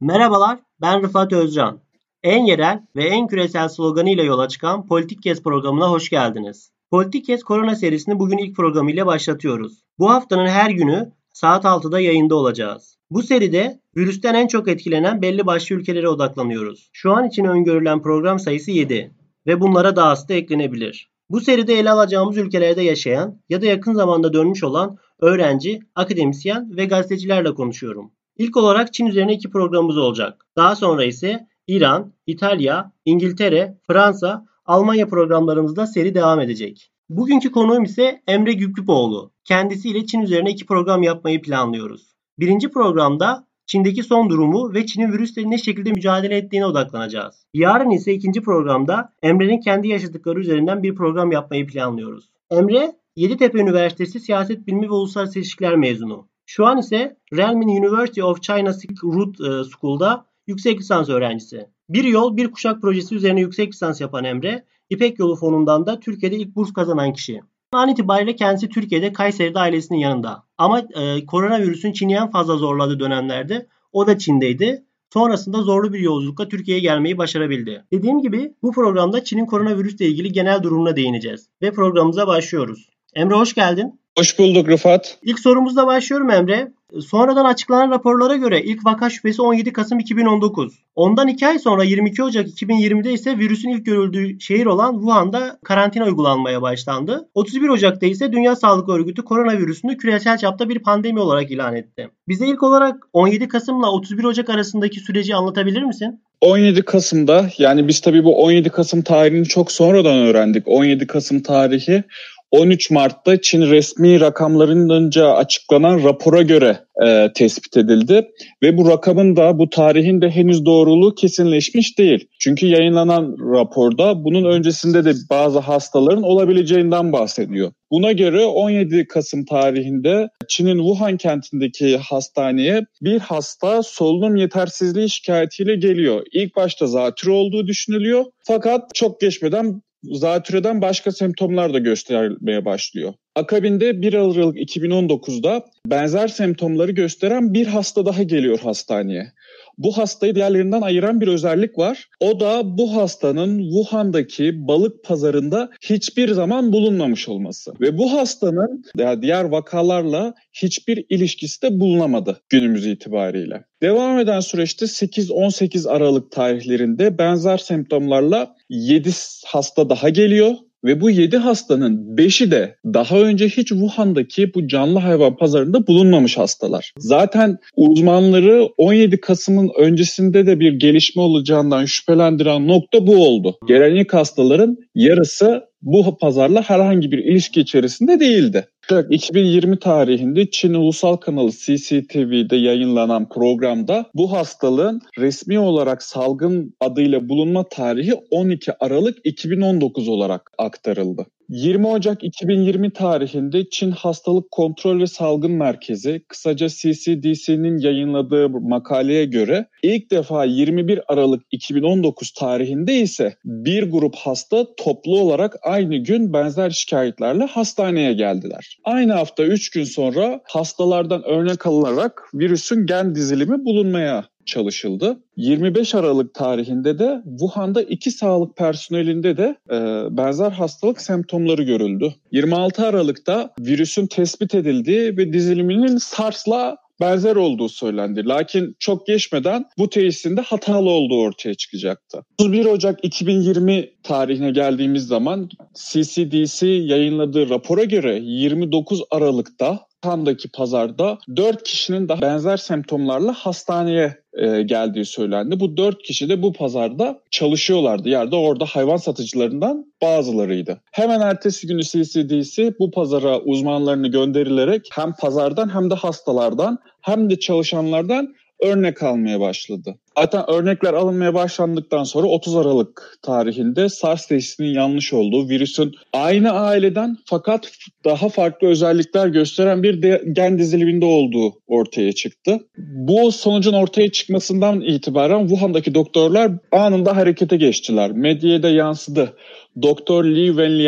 Merhabalar, ben Rıfat Özcan. En yerel ve en küresel sloganıyla yola çıkan Politik programına hoş geldiniz. Politik Korona serisini bugün ilk programıyla başlatıyoruz. Bu haftanın her günü saat 6'da yayında olacağız. Bu seride virüsten en çok etkilenen belli başlı ülkelere odaklanıyoruz. Şu an için öngörülen program sayısı 7 ve bunlara dahası da eklenebilir. Bu seride ele alacağımız ülkelerde yaşayan ya da yakın zamanda dönmüş olan öğrenci, akademisyen ve gazetecilerle konuşuyorum. İlk olarak Çin üzerine 2 programımız olacak. Daha sonra ise İran, İtalya, İngiltere, Fransa, Almanya programlarımızda seri devam edecek. Bugünkü konuğum ise Emre Güplüpoğlu. Kendisiyle Çin üzerine 2 program yapmayı planlıyoruz. Birinci programda Çin'deki son durumu ve Çin'in virüsle ne şekilde mücadele ettiğine odaklanacağız. Yarın ise ikinci programda Emre'nin kendi yaşadıkları üzerinden bir program yapmayı planlıyoruz. Emre, Yeditepe Üniversitesi Siyaset Bilimi ve Uluslararası İlişkiler mezunu. Şu an ise Renmin University of China Silk Road School'da yüksek lisans öğrencisi. Bir yol bir kuşak projesi üzerine yüksek lisans yapan Emre, İpek Yolu Fonu'ndan da Türkiye'de ilk burs kazanan kişi. An itibariyle kendisi Türkiye'de Kayseri'de ailesinin yanında. Ama koronavirüsün Çin'i en fazla zorladığı dönemlerde o da Çin'deydi. Sonrasında zorlu bir yolculukla Türkiye'ye gelmeyi başarabildi. Dediğim gibi bu programda Çin'in koronavirüsle ilgili genel durumuna değineceğiz. Ve programımıza başlıyoruz. Emre hoş geldin. Hoş bulduk Rıfat. İlk sorumuzla başlıyorum Emre. Sonradan açıklanan raporlara göre ilk vaka şüphesi 17 Kasım 2019. Ondan 2 ay sonra 22 Ocak 2020'de ise virüsün ilk görüldüğü şehir olan Wuhan'da karantina uygulanmaya başlandı. 31 Ocak'ta ise Dünya Sağlık Örgütü koronavirüsünü küresel çapta bir pandemi olarak ilan etti. Bize ilk olarak 17 Kasım'la 31 Ocak arasındaki süreci anlatabilir misin? 17 Kasım'da yani biz tabii bu 17 Kasım tarihini çok sonradan öğrendik. 17 Kasım tarihi 13 Mart'ta Çin resmi rakamlarınca açıklanan rapora göre tespit edildi. Ve bu rakamın da bu tarihin de henüz doğruluğu kesinleşmiş değil. Çünkü yayınlanan raporda bunun öncesinde de bazı hastaların olabileceğinden bahsediyor. Buna göre 17 Kasım tarihinde Çin'in Wuhan kentindeki hastaneye bir hasta solunum yetersizliği şikayetiyle geliyor. İlk başta zatürre olduğu düşünülüyor fakat çok geçmeden zatürreden başka semptomlar da göstermeye başlıyor. Akabinde 1 Aralık 2019'da benzer semptomları gösteren bir hasta daha geliyor hastaneye. Bu hastayı diğerlerinden ayıran bir özellik var. O da bu hastanın Wuhan'daki balık pazarında hiçbir zaman bulunmamış olması. Ve bu hastanın diğer vakalarla hiçbir ilişkisi de bulunamadı günümüz itibariyle. Devam eden süreçte 8-18 Aralık tarihlerinde benzer semptomlarla 7 hasta daha geliyor. Ve bu 7 hastanın 5'i de daha önce hiç Wuhan'daki bu canlı hayvan pazarında bulunmamış hastalar. Zaten uzmanları 17 Kasım'ın öncesinde de bir gelişme olacağından şüphelendiren nokta bu oldu. Gelen ilk hastaların yarısı bu pazarla herhangi bir ilişki içerisinde değildi. 2020 tarihinde Çin Ulusal Kanalı CCTV'de yayınlanan programda bu hastalığın resmi olarak salgın adıyla bulunma tarihi 12 Aralık 2019 olarak aktarıldı. 20 Ocak 2020 tarihinde Çin Hastalık Kontrol ve Salgın Merkezi, kısaca CCDC'nin yayınladığı makaleye göre ilk defa 21 Aralık 2019 tarihinde ise bir grup hasta toplu olarak aynı gün benzer şikayetlerle hastaneye geldiler. Aynı hafta 3 gün sonra hastalardan örnek alınarak virüsün gen dizilimi bulunmaya çalışıldı. 25 Aralık tarihinde de Wuhan'da 2 sağlık personelinde de benzer hastalık semptomları görüldü. 26 Aralık'ta virüsün tespit edildiği ve diziliminin SARS'la benzer olduğu söylendi. Lakin çok geçmeden bu tesisin de hatalı olduğu ortaya çıkacaktı. 31 Ocak 2020 tarihine geldiğimiz zaman CCDC yayınladığı rapora göre 29 Aralık'ta Wuhan'daki pazarda 4 kişinin daha benzer semptomlarla hastaneye geldiği söylendi. Bu 4 kişi de bu pazarda çalışıyorlardı. Yani orada hayvan satıcılarından bazılarıydı. Hemen ertesi günü CCDC bu pazara uzmanlarını gönderilerek hem pazardan hem de hastalardan hem de çalışanlardan örnek almaya başladı. Zaten örnekler alınmaya başlandıktan sonra 30 Aralık tarihinde SARS testinin yanlış olduğu, virüsün aynı aileden fakat daha farklı özellikler gösteren bir gen diziliminde olduğu ortaya çıktı. Bu sonucun ortaya çıkmasından itibaren Wuhan'daki doktorlar anında harekete geçtiler. Medyaya da yansıdı. Doktor Li Wenliang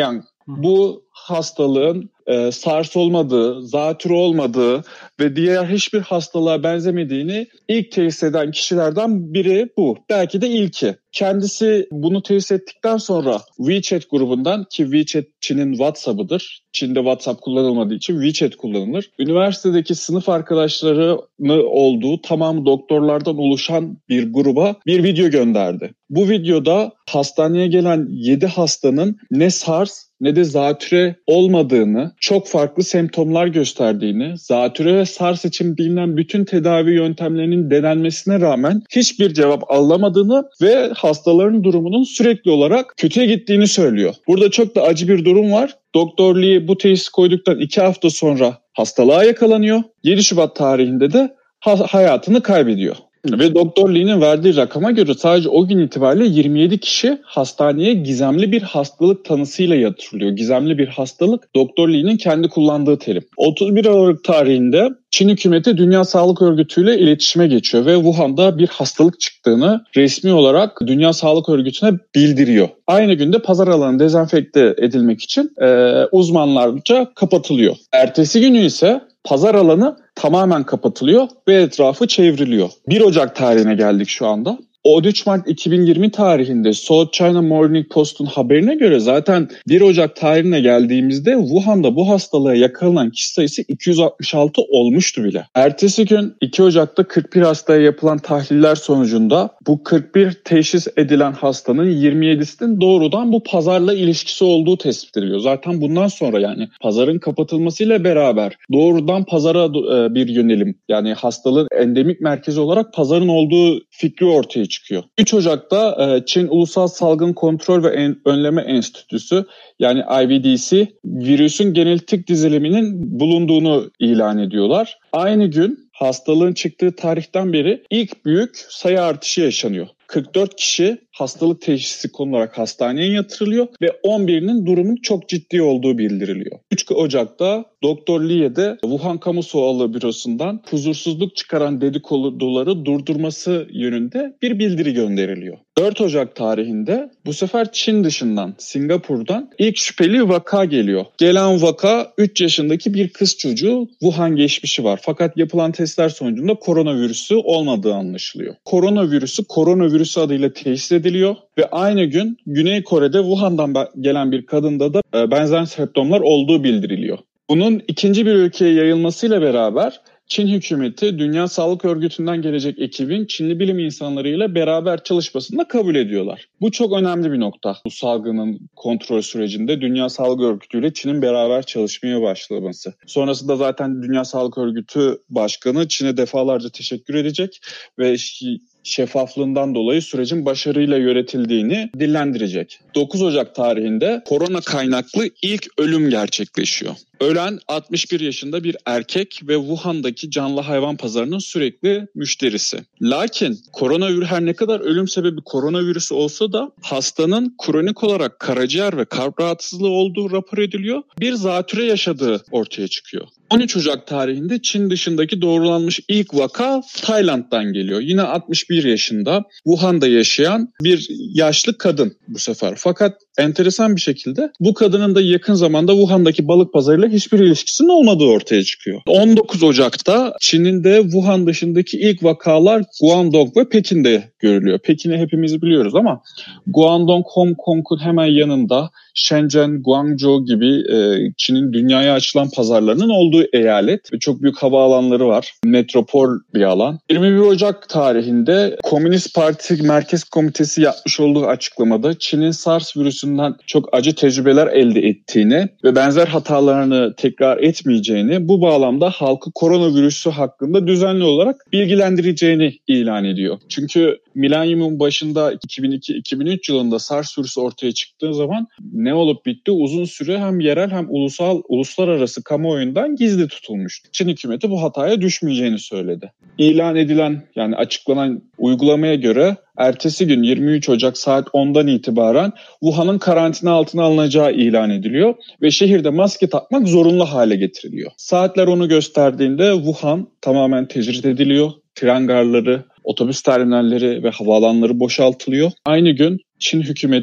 bu hastalığın SARS olmadığı, zatürre olmadığı ve diğer hiçbir hastalığa benzemediğini ilk teşhis eden kişilerden biri bu. Belki de ilki. Kendisi bunu teşhis ettikten sonra WeChat grubundan, ki WeChat Çin'in WhatsApp'ıdır. Çin'de WhatsApp kullanılmadığı için WeChat kullanılır. Üniversitedeki sınıf arkadaşlarını olduğu tamamı doktorlardan oluşan bir gruba bir video gönderdi. Bu videoda hastaneye gelen 7 hastanın ne SARS ne de zatürre olmadığını, çok farklı semptomlar gösterdiğini, zatürre ve SARS için bilinen bütün tedavi yöntemlerinin denenmesine rağmen hiçbir cevap alamadığını ve hastaların durumunun sürekli olarak kötüye gittiğini söylüyor. Burada çok da acı bir durum var. Doktor Lee bu teşhisi koyduktan 2 hafta sonra hastalığa yakalanıyor. 7 Şubat tarihinde de hayatını kaybediyor. Ve Doktor Lee'nin verdiği rakama göre sadece o gün itibariyle 27 kişi hastaneye gizemli bir hastalık tanısıyla yatırılıyor. Gizemli bir hastalık Doktor Lee'nin kendi kullandığı terim. 31 Aralık tarihinde Çin hükümeti Dünya Sağlık Örgütü ile iletişime geçiyor ve Wuhan'da bir hastalık çıktığını resmi olarak Dünya Sağlık Örgütü'ne bildiriyor. Aynı günde pazar alanı dezenfekte edilmek için uzmanlarca kapatılıyor. Ertesi günü ise pazar alanı tamamen kapatılıyor ve etrafı çevriliyor. 1 Ocak tarihine geldik şu anda. 13 Mart 2020 tarihinde South China Morning Post'un haberine göre zaten 1 Ocak tarihine geldiğimizde Wuhan'da bu hastalığa yakalanan kişi sayısı 266 olmuştu bile. Ertesi gün 2 Ocak'ta 41 hastaya yapılan tahliller sonucunda bu 41 teşhis edilen hastanın 27'sinin doğrudan bu pazarla ilişkisi olduğu tespit ediliyor. Zaten bundan sonra yani pazarın kapatılmasıyla beraber doğrudan pazara bir yönelim, yani hastalığın endemik merkezi olarak pazarın olduğu fikri ortaya çıkıyor. 3 Ocak'ta Çin Ulusal Salgın Kontrol ve Önleme Enstitüsü yani IVDC virüsün genetik diziliminin bulunduğunu ilan ediyorlar. Aynı gün hastalığın çıktığı tarihten beri ilk büyük sayı artışı yaşanıyor. 44 kişi hastalık teşhisi konularak hastaneye yatırılıyor ve 11'inin durumun çok ciddi olduğu bildiriliyor. 3 Ocak'ta Doktor Lee'ye de Wuhan Kamu Sağlığı Bürosu'ndan huzursuzluk çıkaran dedikoduları durdurması yönünde bir bildiri gönderiliyor. 4 Ocak tarihinde bu sefer Çin dışından, Singapur'dan ilk şüpheli vaka geliyor. Gelen vaka 3 yaşındaki bir kız çocuğu, Wuhan geçmişi var. Fakat yapılan testler sonucunda koronavirüsü olmadığı anlaşılıyor. Koronavirüsü adıyla teşhis ediliyor ve aynı gün Güney Kore'de Wuhan'dan gelen bir kadında da benzer semptomlar olduğu bildiriliyor. Bunun ikinci bir ülkeye yayılmasıyla beraber Çin hükümeti Dünya Sağlık Örgütü'nden gelecek ekibin Çinli bilim insanlarıyla beraber çalışmasını da kabul ediyorlar. Bu çok önemli bir nokta. Bu salgının kontrol sürecinde Dünya Sağlık Örgütü ile Çin'in beraber çalışmaya başlaması. Sonrasında zaten Dünya Sağlık Örgütü Başkanı Çin'e defalarca teşekkür edecek ve şeffaflığından dolayı sürecin başarıyla yönetildiğini dillendirecek. 9 Ocak tarihinde korona kaynaklı ilk ölüm gerçekleşiyor. Ölen 61 yaşında bir erkek ve Wuhan'daki canlı hayvan pazarının sürekli müşterisi. Lakin koronavirüs her ne kadar ölüm sebebi koronavirüsü olsa da hastanın kronik olarak karaciğer ve kalp rahatsızlığı olduğu rapor ediliyor. Bir zatürre yaşadığı ortaya çıkıyor. 13 Ocak tarihinde Çin dışındaki doğrulanmış ilk vaka Tayland'dan geliyor. Yine 61 yaşında Wuhan'da yaşayan bir yaşlı kadın bu sefer. Fakat enteresan bir şekilde bu kadının da yakın zamanda Wuhan'daki balık pazarıyla hiçbir ilişkisinin olmadığı ortaya çıkıyor. 19 Ocak'ta Çin'in de Wuhan dışındaki ilk vakalar Guangdong ve Pekin'de görülüyor. Pekin'i hepimiz biliyoruz ama Guangdong, Hong Kong'un hemen yanında Shenzhen, Guangzhou gibi Çin'in dünyaya açılan pazarlarının olduğu eyalet ve çok büyük havaalanları var. Metropol bir alan. 21 Ocak tarihinde Komünist Parti Merkez Komitesi yapmış olduğu açıklamada Çin'in SARS virüsünden çok acı tecrübeler elde ettiğini ve benzer hatalarını tekrar etmeyeceğini, bu bağlamda halkı koronavirüsü hakkında düzenli olarak bilgilendireceğini ilan ediyor. Çünkü milenyumun başında 2002-2003 yılında SARS virüsü ortaya çıktığı zaman ne olup bitti uzun süre hem yerel hem uluslararası kamuoyundan gizli tutulmuştu. Çin hükümeti bu hataya düşmeyeceğini söyledi. İlan edilen, yani açıklanan uygulamaya göre ertesi gün 23 Ocak saat 10'dan itibaren Wuhan'ın karantina altına alınacağı ilan ediliyor ve şehirde maske takmak zorunlu hale getiriliyor. Saatler onu gösterdiğinde Wuhan tamamen tecrit ediliyor. Tren garları, otobüs terminalleri ve havaalanları boşaltılıyor. Aynı gün Çin hükümeti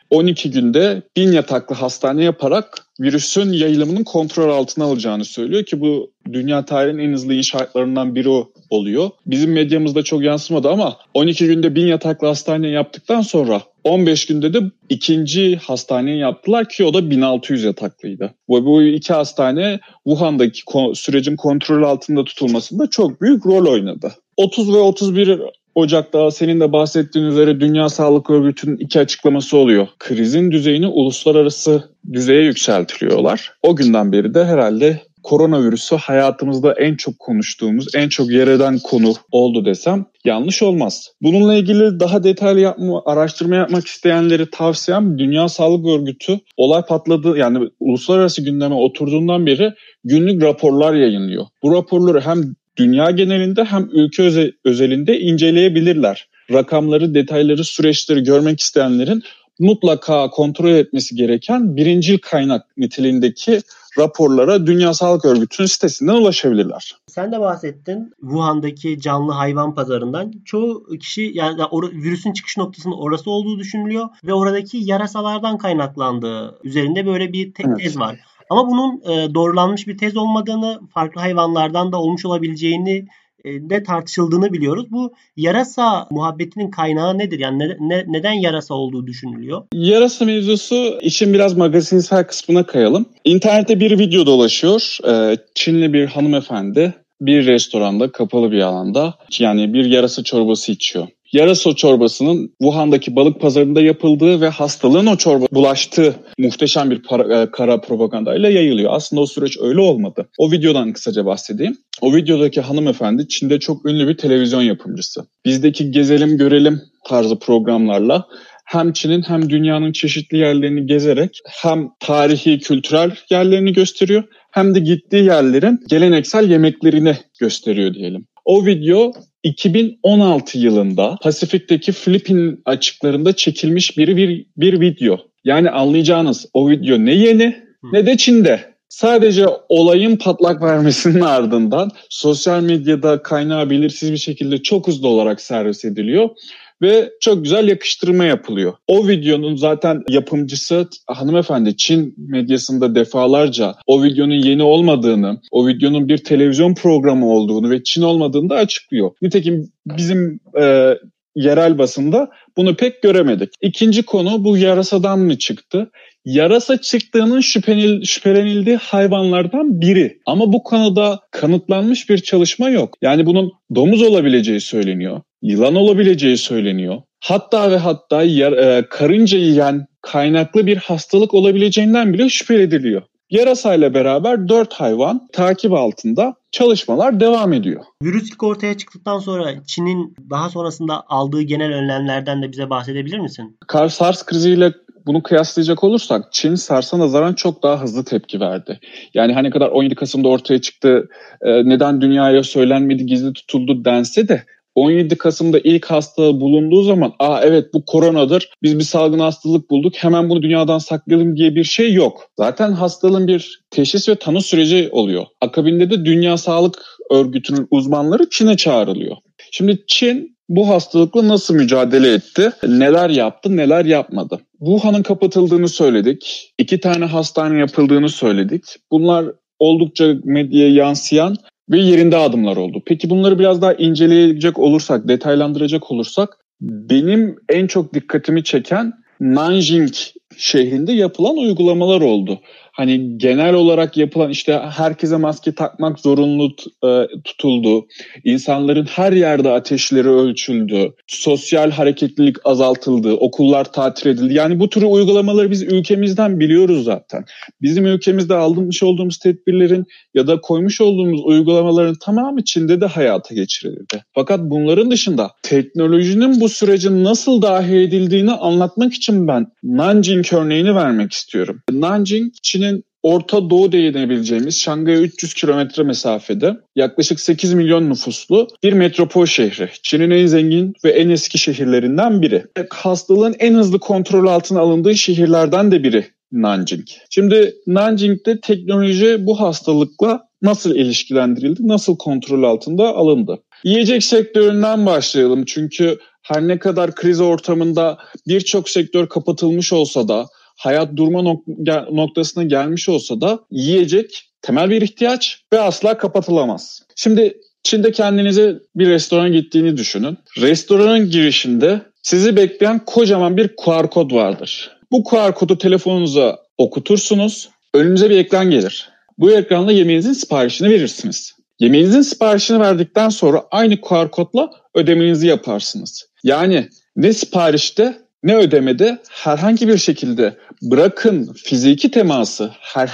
12 günde 1000 yataklı hastane yaparak virüsün yayılımının kontrol altına alacağını söylüyor ki bu dünya tarihinin en hızlı inşaatlarından biri oluyor. Bizim medyamızda çok yansımadı ama 12 günde 1000 yataklı hastane yaptıktan sonra 15 günde de ikinci hastaneyi yaptılar ki o da 1600 yataklıydı. Ve bu iki hastane Wuhan'daki sürecin kontrol altında tutulmasında çok büyük rol oynadı. 30 ve 31 Ocak'ta senin de bahsettiğin üzere Dünya Sağlık Örgütü'nün iki açıklaması oluyor. Krizin düzeyini uluslararası düzeye yükseltiliyorlar. O günden beri de herhalde koronavirüsü hayatımızda en çok konuştuğumuz, en çok yer eden konu oldu desem yanlış olmaz. Bununla ilgili daha detaylı araştırma yapmak isteyenleri tavsiyem Dünya Sağlık Örgütü olay patladığı yani uluslararası gündeme oturduğundan beri günlük raporlar yayınlıyor. Bu raporları hem dünya genelinde hem ülke özelinde inceleyebilirler. Rakamları, detayları, süreçleri görmek isteyenlerin mutlaka kontrol etmesi gereken birincil kaynak niteliğindeki raporlara Dünya Sağlık Örgütü'nün sitesinden ulaşabilirler. Sen de bahsettin Wuhan'daki canlı hayvan pazarından. Çoğu kişi yani virüsün çıkış noktasının orası olduğu düşünülüyor ve oradaki yarasalardan kaynaklandığı üzerinde böyle bir tez var. Ama bunun doğrulanmış bir tez olmadığını, farklı hayvanlardan da olmuş olabileceğini de tartışıldığını biliyoruz. Bu yarasa muhabbetinin kaynağı nedir? Yani neden yarasa olduğu düşünülüyor? Yarasa mevzusu işin biraz magazinsel kısmına kayalım. İnternette bir video dolaşıyor. Çinli bir hanımefendi bir restoranda, kapalı bir alanda yani bir yarasa çorbası içiyor. Yarasa çorbasının Wuhan'daki balık pazarında yapıldığı ve hastalığın o çorba bulaştığı muhteşem bir kara propagandayla yayılıyor. Aslında o süreç öyle olmadı. O videodan kısaca bahsedeyim. O videodaki hanımefendi Çin'de çok ünlü bir televizyon yapımcısı. Bizdeki gezelim görelim tarzı programlarla hem Çin'in hem dünyanın çeşitli yerlerini gezerek hem tarihi, kültürel yerlerini gösteriyor hem de gittiği yerlerin geleneksel yemeklerini gösteriyor diyelim. O video 2016 yılında Pasifik'teki Filipin açıklarında çekilmiş bir video. Yani anlayacağınız o video ne yeni ne de Çin'de. Sadece olayın patlak vermesinin ardından sosyal medyada kaynağı belirsiz bir şekilde çok hızlı olarak servis ediliyor. Ve çok güzel yakıştırma yapılıyor. O videonun zaten yapımcısı hanımefendi Çin medyasında defalarca o videonun yeni olmadığını, o videonun bir televizyon programı olduğunu ve Çin olmadığını da açıklıyor. Nitekim bizim yerel basında bunu pek göremedik. İkinci konu bu yarasadan mı çıktı? Yarasa çıktığının şüphelenildiği hayvanlardan biri. Ama bu konuda kanıtlanmış bir çalışma yok. Yani bunun domuz olabileceği söyleniyor. Yılan olabileceği söyleniyor. Hatta ve hatta karınca yiyen kaynaklı bir hastalık olabileceğinden bile şüphe ediliyor. Yarasayla beraber 4 hayvan takip altında çalışmalar devam ediyor. Virüs ilk ortaya çıktıktan sonra Çin'in daha sonrasında aldığı genel önlemlerden de bize bahsedebilir misin? SARS kriziyle bunu kıyaslayacak olursak Çin SARS'a nazaran çok daha hızlı tepki verdi. Yani hani kadar 17 Kasım'da ortaya çıktı, neden dünyaya söylenmedi, gizli tutuldu dense de 17 Kasım'da ilk hastalığı bulunduğu zaman evet bu koronadır, biz bir salgın hastalık bulduk, hemen bunu dünyadan saklayalım diye bir şey yok. Zaten hastalığın bir teşhis ve tanı süreci oluyor. Akabinde de Dünya Sağlık Örgütü'nün uzmanları Çin'e çağrılıyor. Şimdi Çin bu hastalıkla nasıl mücadele etti? Neler yaptı, neler yapmadı? Wuhan'ın kapatıldığını söyledik. 2 tane hastane yapıldığını söyledik. Bunlar oldukça medyaya yansıyan ve yerinde adımlar oldu. Peki bunları biraz daha inceleyecek olursak, detaylandıracak olursak benim en çok dikkatimi çeken Nanjing şehrinde yapılan uygulamalar oldu. Hani genel olarak yapılan işte herkese maske takmak zorunlu tutuldu. İnsanların her yerde ateşleri ölçüldü. Sosyal hareketlilik azaltıldı. Okullar tatil edildi. Yani bu tür uygulamaları biz ülkemizden biliyoruz zaten. Bizim ülkemizde almış olduğumuz tedbirlerin ya da koymuş olduğumuz uygulamaların tamamı Çin'de de hayata geçirildi. Fakat bunların dışında teknolojinin bu sürecin nasıl dahil edildiğini anlatmak için ben Nanjing örneğini vermek istiyorum. Nanjing, Çin'in Orta Doğu diyebileceğimiz Şangay'a 300 kilometre mesafede yaklaşık 8 milyon nüfuslu bir metropol şehri. Çin'in en zengin ve en eski şehirlerinden biri. Hastalığın en hızlı kontrol altına alındığı şehirlerden de biri Nanjing. Şimdi Nanjing'de teknoloji bu hastalıkla nasıl ilişkilendirildi, nasıl kontrol altında alındı? Yiyecek sektöründen başlayalım çünkü her ne kadar kriz ortamında birçok sektör kapatılmış olsa da, hayat durma noktasına gelmiş olsa da yiyecek temel bir ihtiyaç ve asla kapatılamaz. Şimdi Çin'de kendinize bir restorana gittiğini düşünün. Restoranın girişinde sizi bekleyen kocaman bir QR kod vardır. Bu QR kodu telefonunuza okutursunuz, önünüze bir ekran gelir. Bu ekranda yemeğinizin siparişini verirsiniz. Yemeğinizin siparişini verdikten sonra aynı QR kodla ödemenizi yaparsınız. Yani ne siparişte ne ödemede herhangi bir şekilde bırakın fiziki teması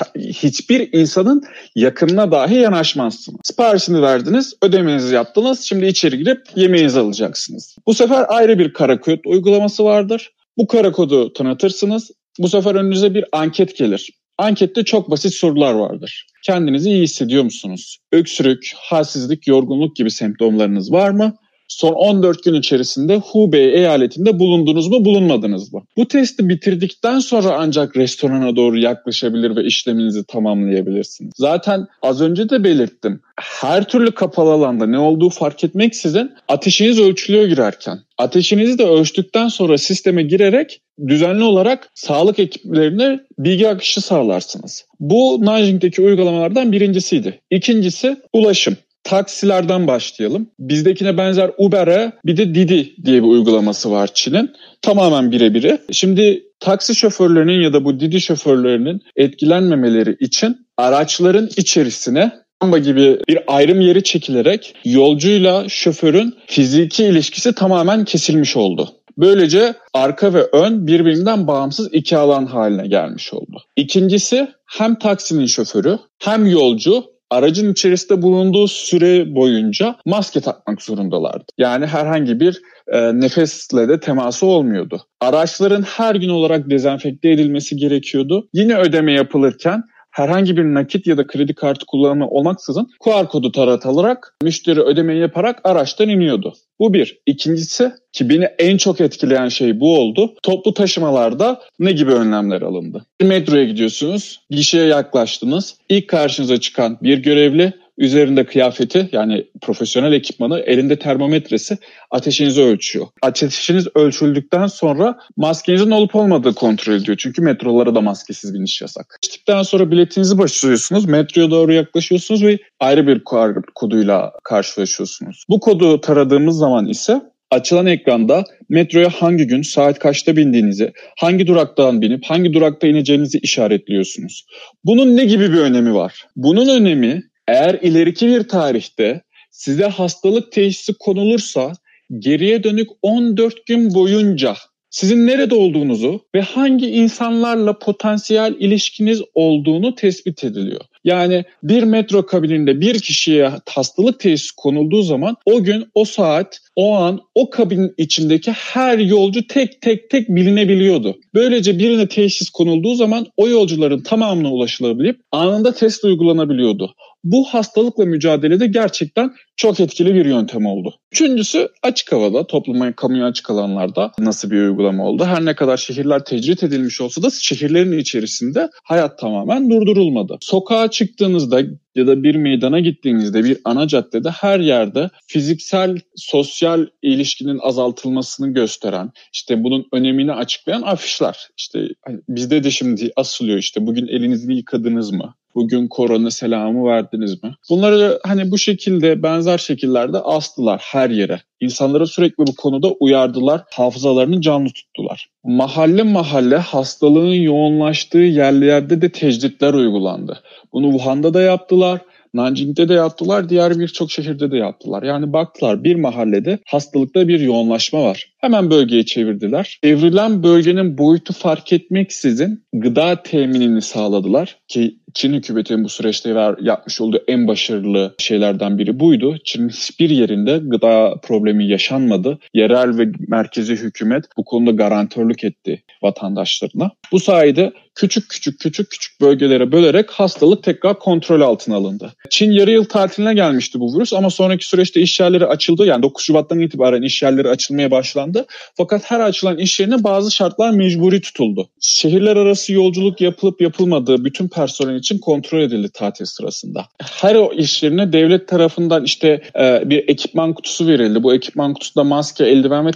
hiçbir insanın yakınına dahi yanaşmazsınız. Siparişini verdiniz, ödemenizi yaptınız. Şimdi içeri girip yemeğinizi alacaksınız. Bu sefer ayrı bir kara kod uygulaması vardır. Bu kara kodu tanıtırsınız. Bu sefer önünüze bir anket gelir. Ankette çok basit sorular vardır. Kendinizi iyi hissediyor musunuz? Öksürük, halsizlik, yorgunluk gibi semptomlarınız var mı? Son 14 gün içerisinde Hubei eyaletinde bulundunuz mu, bulunmadınız mı? Bu testi bitirdikten sonra ancak restorana doğru yaklaşabilir ve işleminizi tamamlayabilirsiniz. Zaten az önce de belirttim. Her türlü kapalı alanda ne olduğu fark etmeksizin ateşiniz ölçülüyor girerken. Ateşinizi de ölçtükten sonra sisteme girerek düzenli olarak sağlık ekiplerine bilgi akışı sağlarsınız. Bu Nanjing'deki uygulamalardan birincisiydi. İkincisi ulaşım. Taksilerden başlayalım. Bizdekine benzer Uber'e bir de Didi diye bir uygulaması var Çin'in. Tamamen birebiri. Şimdi taksi şoförlerinin ya da bu Didi şoförlerinin etkilenmemeleri için araçların içerisine lamba gibi bir ayrım yeri çekilerek yolcuyla şoförün fiziki ilişkisi tamamen kesilmiş oldu. Böylece arka ve ön birbirinden bağımsız iki alan haline gelmiş oldu. İkincisi hem taksinin şoförü hem yolcu aracın içerisinde bulunduğu süre boyunca maske takmak zorundalardı. Yani herhangi bir nefesle de teması olmuyordu. Araçların her gün olarak dezenfekte edilmesi gerekiyordu. Yine ödeme yapılırken herhangi bir nakit ya da kredi kartı kullanımı olmaksızın QR kodu taratılarak müşteri ödemeyi yaparak araçtan iniyordu. Bu bir. İkincisi ki beni en çok etkileyen şey bu oldu. Toplu taşımalarda ne gibi önlemler alındı? Metroya gidiyorsunuz, gişeye yaklaştınız. İlk karşınıza çıkan bir görevli üzerinde kıyafeti yani profesyonel ekipmanı, elinde termometresi ateşinizi ölçüyor. Ateşiniz ölçüldükten sonra maskenizin olup olmadığı kontrol ediyor. Çünkü metrolara da maskesiz biniş yasak. Geçtikten sonra biletinizi başlıyorsunuz, metroya doğru yaklaşıyorsunuz ve ayrı bir QR koduyla karşılaşıyorsunuz. Bu kodu taradığımız zaman ise açılan ekranda metroya hangi gün, saat kaçta bindiğinizi, hangi duraktan binip hangi durakta ineceğinizi işaretliyorsunuz. Bunun ne gibi bir önemi var? Bunun önemi eğer ileriki bir tarihte size hastalık teşhisi konulursa geriye dönük 14 gün boyunca sizin nerede olduğunuzu ve hangi insanlarla potansiyel ilişkiniz olduğunu tespit ediliyor. Yani bir metro kabininde bir kişiye hastalık teşhisi konulduğu zaman o gün, o saat, o an, o kabinin içindeki her yolcu tek tek bilinebiliyordu. Böylece birine teşhis konulduğu zaman o yolcuların tamamına ulaşılabilip anında test uygulanabiliyordu. Bu hastalıkla mücadelede gerçekten çok etkili bir yöntem oldu. Üçüncüsü açık havada, topluma, kamuya açık alanlarda nasıl bir uygulama oldu? Her ne kadar şehirler tecrit edilmiş olsa da şehirlerin içerisinde hayat tamamen durdurulmadı. Sokağa çıktığınızda ya da bir meydana gittiğinizde, bir ana caddede her yerde fiziksel, sosyal ilişkinin azaltılmasını gösteren, işte bunun önemini açıklayan afişler. İşte bizde de şimdi asılıyor işte bugün elinizi yıkadınız mı? Bugün korona selamı verdiniz mi? Bunları bu şekilde benzer şekillerde astılar her yere. İnsanları sürekli bu konuda uyardılar, hafızalarını canlı tuttular. Mahalle hastalığın yoğunlaştığı yerlerde de tecritler uygulandı. Bunu Wuhan'da da yaptılar, Nanjing'de de yaptılar, diğer birçok şehirde de yaptılar. Yani baktılar bir mahallede hastalıkta bir yoğunlaşma var. Hemen bölgeyi çevirdiler. Evrilen bölgenin boyutu fark etmeksizin gıda teminini sağladılar ki Çin hükümetinin bu süreçte yapmış olduğu en başarılı şeylerden biri buydu. Çin'in hiçbir yerinde gıda problemi yaşanmadı. Yerel ve merkezi hükümet bu konuda garantörlük etti vatandaşlarına. Bu sayede küçük bölgelere bölerek hastalık tekrar kontrol altına alındı. Çin yarı yıl tatiline gelmişti bu virüs ama sonraki süreçte iş yerleri açıldı. Yani 9 Şubat'tan itibaren iş yerleri açılmaya başlandı. Fakat her açılan iş yerine bazı şartlar mecburi tutuldu. Şehirler arası yolculuk yapılıp yapılmadığı, bütün personel için kontrol edildi tatil sırasında. Her o iş yerine devlet tarafından işte bir ekipman kutusu verildi. Bu ekipman kutusunda maske, eldiven ve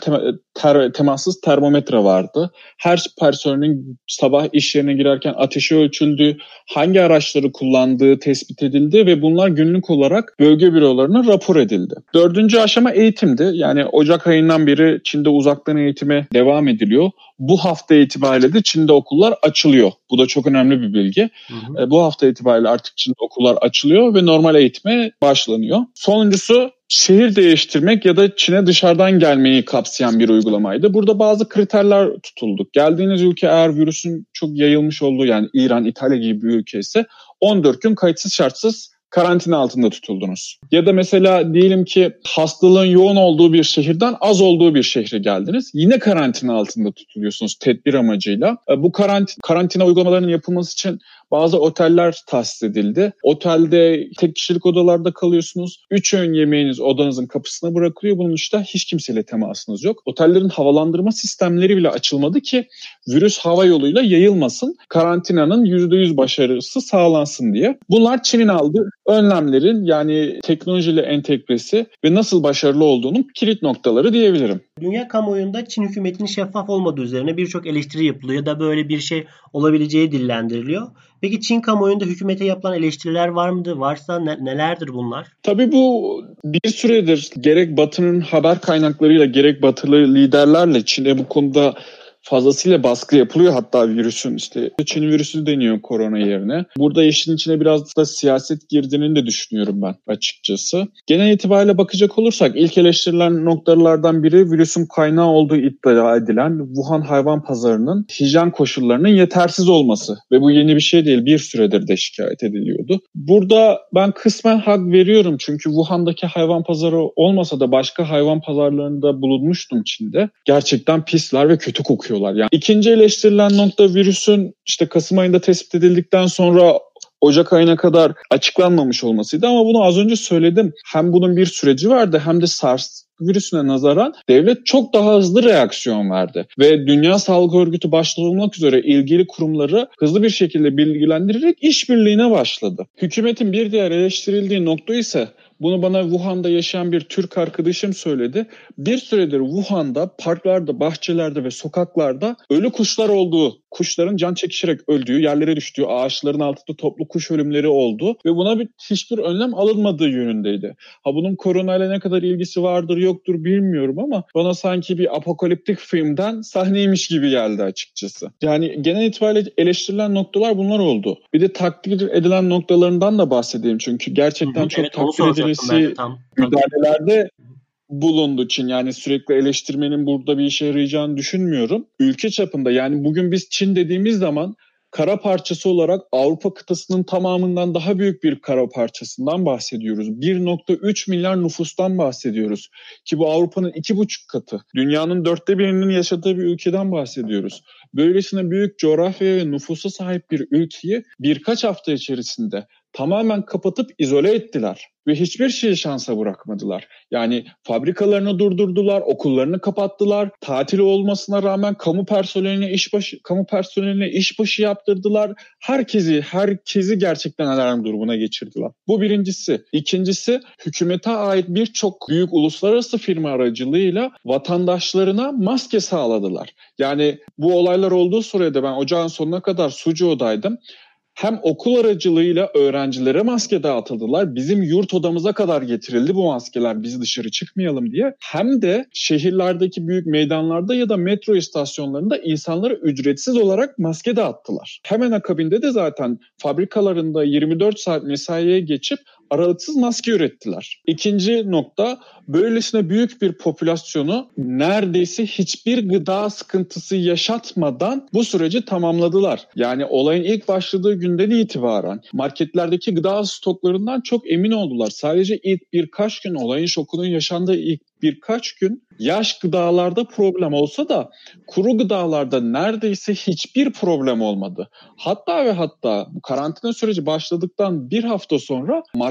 temassız termometre vardı. Her personelin sabah iş yerine girerken ateşi ölçüldü, hangi araçları kullandığı tespit edildi ve bunlar günlük olarak bölge bürolarına rapor edildi. Dördüncü aşama eğitimdi. Yani Ocak ayından beri Çin'de uzaktan eğitime devam ediliyor. Bu hafta itibariyle de Çin'de okullar açılıyor. Bu da çok önemli bir bilgi. Bu hafta itibariyle artık Çin'de okullar açılıyor ve normal eğitime başlanıyor. Sonuncusu şehir değiştirmek ya da Çin'e dışarıdan gelmeyi kapsayan bir uygulamaydı. Burada bazı kriterler tutuldu. Geldiğiniz ülke eğer virüsün çok yayılmış olduğu, yani İran, İtalya gibi bir ülke ise 14 gün kayıtsız şartsız karantina altında tutuldunuz. Ya da mesela diyelim ki hastalığın yoğun olduğu bir şehirden az olduğu bir şehre geldiniz. Yine karantina altında tutuluyorsunuz tedbir amacıyla. Bu karantina uygulamalarının yapılması için bazı oteller tahsis edildi. Otelde tek kişilik odalarda kalıyorsunuz. 3 öğün yemeğiniz odanızın kapısına bırakılıyor. Bunun dışında hiç kimseyle temasınız yok. Otellerin havalandırma sistemleri bile açılmadı ki virüs hava yoluyla yayılmasın. Karantinanın %100 başarısı sağlansın diye. Bunlar Çin'in aldığı önlemlerin, yani teknolojiyle entegresi ve nasıl başarılı olduğunun kilit noktaları diyebilirim. Dünya kamuoyunda Çin hükümetinin şeffaf olmadığı üzerine birçok eleştiri yapılıyor ya da böyle bir şey olabileceği dillendiriliyor. Peki Çin kamuoyunda hükümete yapılan eleştiriler var mıdır? Varsa nelerdir bunlar? Tabii bu bir süredir gerek Batı'nın haber kaynaklarıyla gerek Batılı liderlerle Çin'e bu konuda fazlasıyla baskı yapılıyor. Hatta virüsün, işte Çin virüsü deniyor korona yerine. Burada işin içine biraz da siyaset girdiğini de düşünüyorum ben açıkçası. Genel itibariyle bakacak olursak ilk eleştirilen noktalardan biri virüsün kaynağı olduğu iddia edilen Wuhan hayvan pazarının hijyen koşullarının yetersiz olması. Ve bu yeni bir şey değil. Bir süredir de şikayet ediliyordu. Burada ben kısmen hak veriyorum. Çünkü Wuhan'daki hayvan pazarı olmasa da başka hayvan pazarlarında bulunmuştum Çin'de. Gerçekten pisler ve kötü kokuyor. Yani ikinci eleştirilen nokta virüsün işte Kasım ayında tespit edildikten sonra Ocak ayına kadar açıklanmamış olmasıydı ama bunu az önce söyledim. Hem bunun bir süreci vardı hem de SARS virüsüne nazaran devlet çok daha hızlı reaksiyon verdi. Ve Dünya Sağlık Örgütü başta olmak üzere ilgili kurumları hızlı bir şekilde bilgilendirerek işbirliğine başladı. Hükümetin bir diğer eleştirildiği nokta ise, bunu bana Wuhan'da yaşayan bir Türk arkadaşım söyledi. Bir süredir Wuhan'da parklarda, bahçelerde ve sokaklarda ölü kuşlar olduğu, kuşların can çekişerek öldüğü, yerlere düştüğü, ağaçların altında toplu kuş ölümleri oldu ve buna hiçbir önlem alınmadığı yönündeydi. Bunun koronayla ne kadar ilgisi vardır yoktur bilmiyorum ama bana sanki bir apokaliptik filmden sahneymiş gibi geldi açıkçası. Yani genel itibariyle eleştirilen noktalar bunlar oldu. Bir de takdir edilen noktalarından da bahsedeyim çünkü gerçekten çok takdir edilisi müdahalelerde bulundu Çin. Yani sürekli eleştirmenin burada bir işe yarayacağını düşünmüyorum. Ülke çapında, yani bugün biz Çin dediğimiz zaman kara parçası olarak Avrupa kıtasının tamamından daha büyük bir kara parçasından bahsediyoruz. 1,3 milyar nüfustan bahsediyoruz. Ki bu Avrupa'nın 2,5 katı. Dünyanın 1/4'inin yaşadığı bir ülkeden bahsediyoruz. Böylesine büyük coğrafyaya ve nüfusa sahip bir ülkeyi birkaç hafta içerisinde tamamen kapatıp izole ettiler ve hiçbir şeyi şansa bırakmadılar. Yani fabrikalarını durdurdular, okullarını kapattılar, tatil olmasına rağmen kamu personeline işbaşı yaptırdılar. Herkesi gerçekten alarm durumuna geçirdiler. Bu birincisi. İkincisi, hükümete ait birçok büyük uluslararası firma aracılığıyla vatandaşlarına maske sağladılar. Yani bu olaylar olduğu sürede ben ocağın sonuna kadar Sucuğu'daydım. Hem okul aracılığıyla öğrencilere maske dağıtıldılar. Bizim yurt odamıza kadar getirildi bu maskeler, biz dışarı çıkmayalım diye. Hem de şehirlerdeki büyük meydanlarda ya da metro istasyonlarında insanlara ücretsiz olarak maske dağıttılar. Hemen akabinde de zaten fabrikalarında 24 saat mesaiye geçip aralıksız maske ürettiler. İkinci nokta, böylesine büyük bir popülasyonu neredeyse hiçbir gıda sıkıntısı yaşatmadan bu süreci tamamladılar. Yani olayın ilk başladığı günden itibaren marketlerdeki gıda stoklarından çok emin oldular. Sadece ilk birkaç gün, olayın şokunun yaşandığı ilk birkaç gün yaş gıdalarda problem olsa da kuru gıdalarda neredeyse hiçbir problem olmadı. Hatta bu karantina süreci başladıktan bir hafta sonra market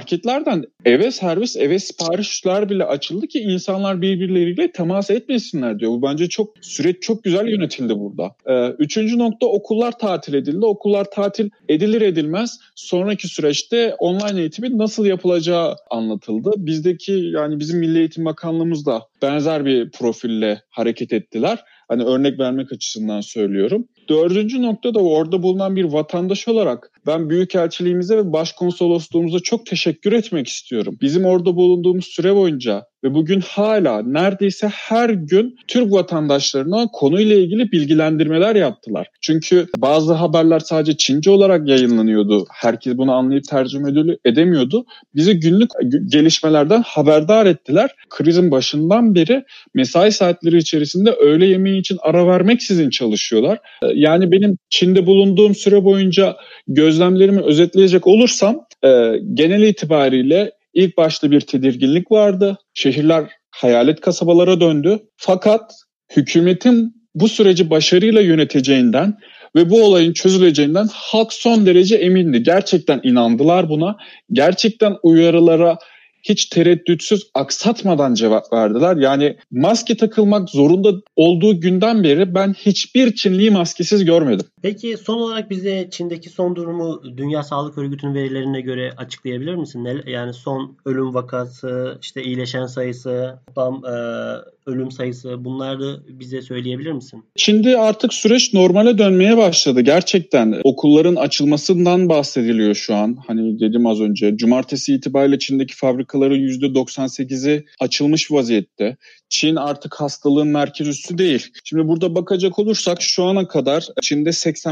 marketlerden eve servis, eve siparişler bile açıldı ki insanlar birbirleriyle temas etmesinler diyor. Bu bence süreç çok güzel yönetildi burada. Üçüncü nokta, okullar tatil edildi. Okullar tatil edilir edilmez sonraki süreçte online eğitimin nasıl yapılacağı anlatıldı. Bizim Milli Eğitim Bakanlığımız da benzer bir profille hareket ettiler. Hani örnek vermek açısından söylüyorum. Dördüncü nokta da orada bulunan bir vatandaş olarak ben Büyükelçiliğimize ve Başkonsolosluğumuza çok teşekkür etmek istiyorum. Bizim orada bulunduğumuz süre boyunca ve bugün hala neredeyse her gün Türk vatandaşlarına konuyla ilgili bilgilendirmeler yaptılar. Çünkü bazı haberler sadece Çince olarak yayınlanıyordu. Herkes bunu anlayıp tercüme edemiyordu. Bizi günlük gelişmelerden haberdar ettiler. Krizin başından beri mesai saatleri içerisinde öğle yemeği için ara vermeksizin çalışıyorlar. Yani benim Çin'de bulunduğum süre boyunca gözlemlerimi özetleyecek olursam genel itibariyle ilk başta bir tedirginlik vardı. Şehirler hayalet kasabalara döndü. Fakat hükümetin bu süreci başarıyla yöneteceğinden ve bu olayın çözüleceğinden halk son derece emindi. Gerçekten inandılar buna. Gerçekten uyarılara hiç tereddütsüz, aksatmadan cevap verdiler. Yani maske takılmak zorunda olduğu günden beri ben hiçbir Çinliyi maskesiz görmedim. Peki son olarak bize Çin'deki son durumu Dünya Sağlık Örgütü'nün verilerine göre açıklayabilir misin? Yani son ölüm vakası, işte iyileşen sayısı, toplam ölüm sayısı, bunları bize söyleyebilir misin? Çin'de artık süreç normale dönmeye başladı. Gerçekten okulların açılmasından bahsediliyor şu an. Hani dedim az önce, cumartesi itibariyle Çin'deki fabrikaların %98'i açılmış vaziyette. Çin artık hastalığın merkez üssü değil. Şimdi burada bakacak olursak şu ana kadar Çin'de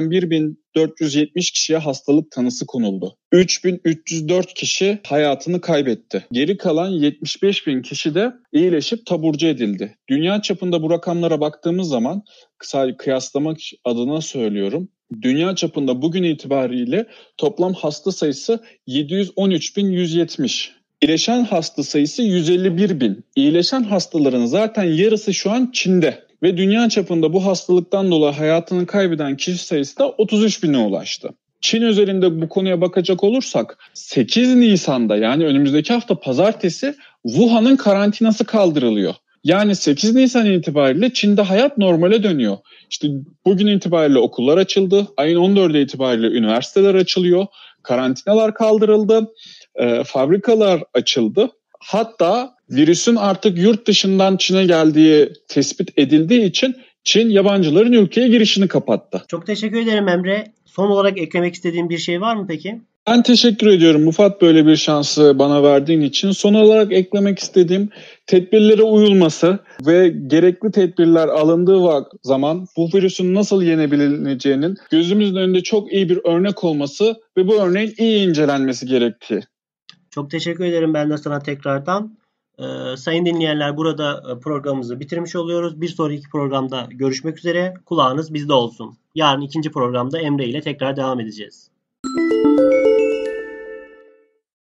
81.470 kişiye hastalık tanısı konuldu. 3.304 kişi hayatını kaybetti. Geri kalan 75.000 kişi de iyileşip taburcu edildi. Dünya çapında bu rakamlara baktığımız zaman, kıyaslamak adına söylüyorum, dünya çapında bugün itibariyle toplam hasta sayısı 713.170. İyileşen hasta sayısı 151.000. İyileşen hastaların zaten yarısı şu an Çin'de. Ve dünya çapında bu hastalıktan dolayı hayatını kaybeden kişi sayısı da 33.000'e ulaştı. Çin özelinde bu konuya bakacak olursak 8 Nisan'da, yani önümüzdeki hafta pazartesi, Wuhan'ın karantinası kaldırılıyor. Yani 8 Nisan itibariyle Çin'de hayat normale dönüyor. İşte bugün itibariyle okullar açıldı. Ayın 14'ü itibariyle üniversiteler açılıyor. Karantinalar kaldırıldı. Fabrikalar açıldı. Hatta virüsün artık yurt dışından Çin'e geldiği tespit edildiği için Çin yabancıların ülkeye girişini kapattı. Çok teşekkür ederim Emre. Son olarak eklemek istediğin bir şey var mı peki? Ben teşekkür ediyorum Mufat, böyle bir şansı bana verdiğin için. Son olarak eklemek istediğim, tedbirlere uyulması ve gerekli tedbirler alındığı zaman bu virüsün nasıl yenebileceğinin gözümüzün önünde çok iyi bir örnek olması ve bu örneğin iyi incelenmesi gerektiği. Çok teşekkür ederim ben de sana tekrardan. Sayın dinleyenler, burada programımızı bitirmiş oluyoruz. Bir sonraki programda görüşmek üzere. Kulağınız bizde olsun. Yarın ikinci programda Emre ile tekrar devam edeceğiz.